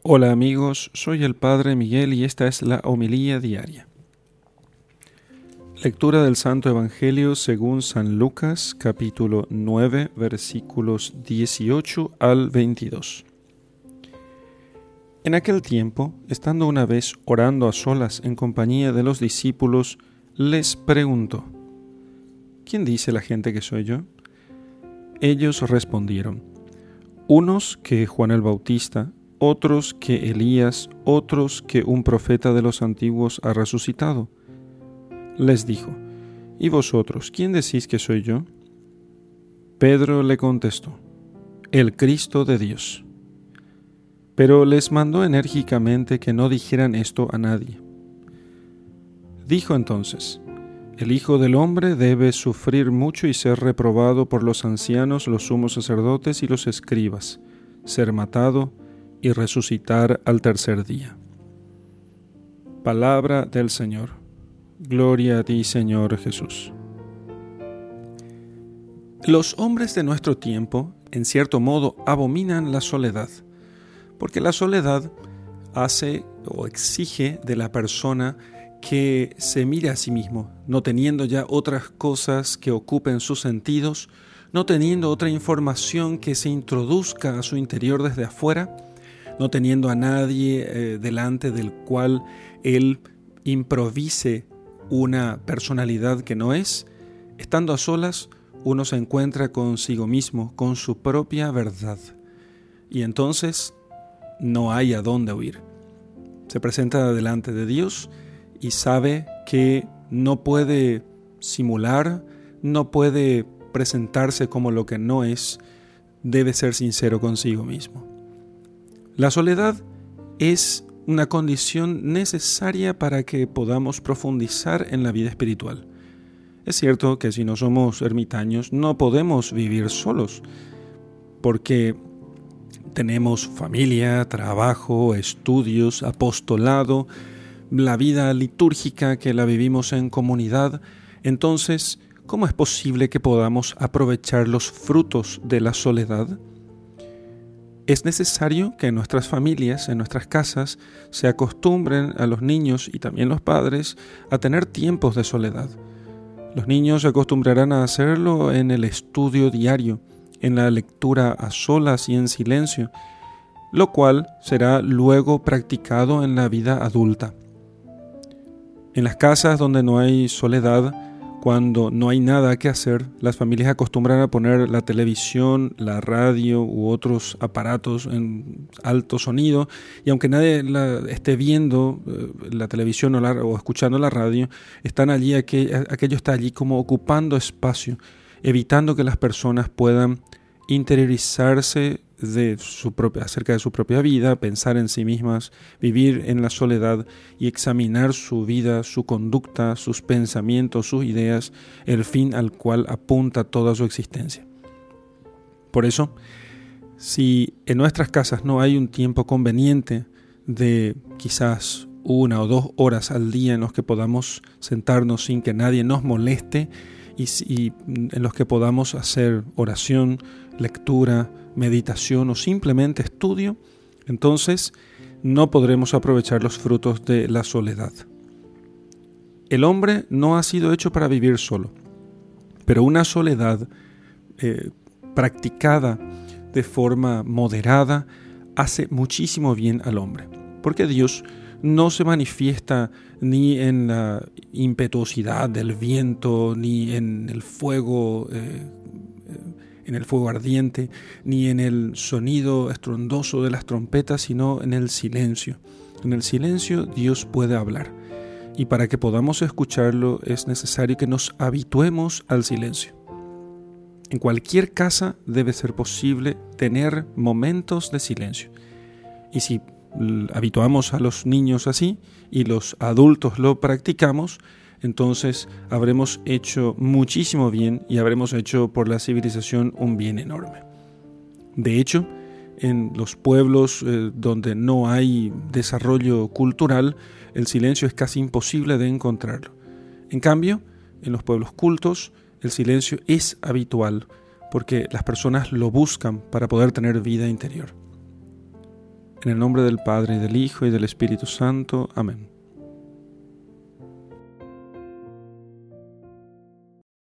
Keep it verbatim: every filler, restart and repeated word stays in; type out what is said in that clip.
Hola amigos, soy el Padre Miguel y esta es la homilía diaria. Lectura del Santo Evangelio según San Lucas, capítulo nueve, versículos dieciocho al veintidós. En aquel tiempo, estando una vez orando a solas en compañía de los discípulos, les preguntó: ¿Quién dice la gente que soy yo? Ellos respondieron: unos que Juan el Bautista, otros que Elías, otros que un profeta de los antiguos ha resucitado. Les dijo: ¿Y vosotros, quién decís que soy yo? Pedro le contestó: el Cristo de Dios. Pero les mandó enérgicamente que no dijeran esto a nadie. Dijo entonces: el Hijo del Hombre debe sufrir mucho y ser reprobado por los ancianos, los sumos sacerdotes y los escribas, ser matado y resucitar al tercer día. Palabra del Señor. Gloria a ti, Señor Jesús. Los hombres de nuestro tiempo, en cierto modo, abominan la soledad, porque la soledad hace o exige de la persona que se mire a sí mismo, no teniendo ya otras cosas que ocupen sus sentidos, no teniendo otra información que se introduzca a su interior desde afuera, no teniendo a nadie eh, delante del cual él improvise una personalidad que no es. Estando a solas, uno se encuentra consigo mismo, con su propia verdad, y entonces no hay a dónde huir. Se presenta delante de Dios y sabe que no puede simular, no puede presentarse como lo que no es, debe ser sincero consigo mismo. La soledad es una condición necesaria para que podamos profundizar en la vida espiritual. Es cierto que si no somos ermitaños no podemos vivir solos, porque tenemos familia, trabajo, estudios, apostolado, la vida litúrgica que la vivimos en comunidad. Entonces, ¿cómo es posible que podamos aprovechar los frutos de la soledad? Es necesario que en nuestras familias, en nuestras casas, se acostumbren a los niños y también los padres a tener tiempos de soledad. Los niños se acostumbrarán a hacerlo en el estudio diario, en la lectura a solas y en silencio, lo cual será luego practicado en la vida adulta. En las casas donde no hay soledad, cuando no hay nada que hacer, las familias acostumbran a poner la televisión, la radio u otros aparatos en alto sonido, y aunque nadie la esté viendo eh, la televisión o, la, o escuchando la radio, están allí, aquel, aquello está allí como ocupando espacio, evitando que las personas puedan interiorizarse de su propia, acerca de su propia vida, pensar en sí mismas, vivir en la soledad y examinar su vida, su conducta, sus pensamientos, sus ideas, el fin al cual apunta toda su existencia. Por eso, si en nuestras casas no hay un tiempo conveniente de quizás una o dos horas al día en los que podamos sentarnos sin que nadie nos moleste y, y en los que podamos hacer oración, lectura, meditación o simplemente estudio, entonces no podremos aprovechar los frutos de la soledad. El hombre no ha sido hecho para vivir solo, pero una soledad eh, practicada de forma moderada hace muchísimo bien al hombre, porque Dios no se manifiesta ni en la impetuosidad del viento, ni en el fuego eh, en el fuego ardiente, ni en el sonido estruendoso de las trompetas, sino en el silencio. En el silencio Dios puede hablar, y para que podamos escucharlo es necesario que nos habituemos al silencio. En cualquier casa debe ser posible tener momentos de silencio, y si habituamos a los niños así y los adultos lo practicamos, entonces habremos hecho muchísimo bien y habremos hecho por la civilización un bien enorme. De hecho, en los pueblos eh, donde no hay desarrollo cultural, el silencio es casi imposible de encontrarlo. En cambio, en los pueblos cultos, el silencio es habitual porque las personas lo buscan para poder tener vida interior. En el nombre del Padre, y del Hijo, y del Espíritu Santo. Amén.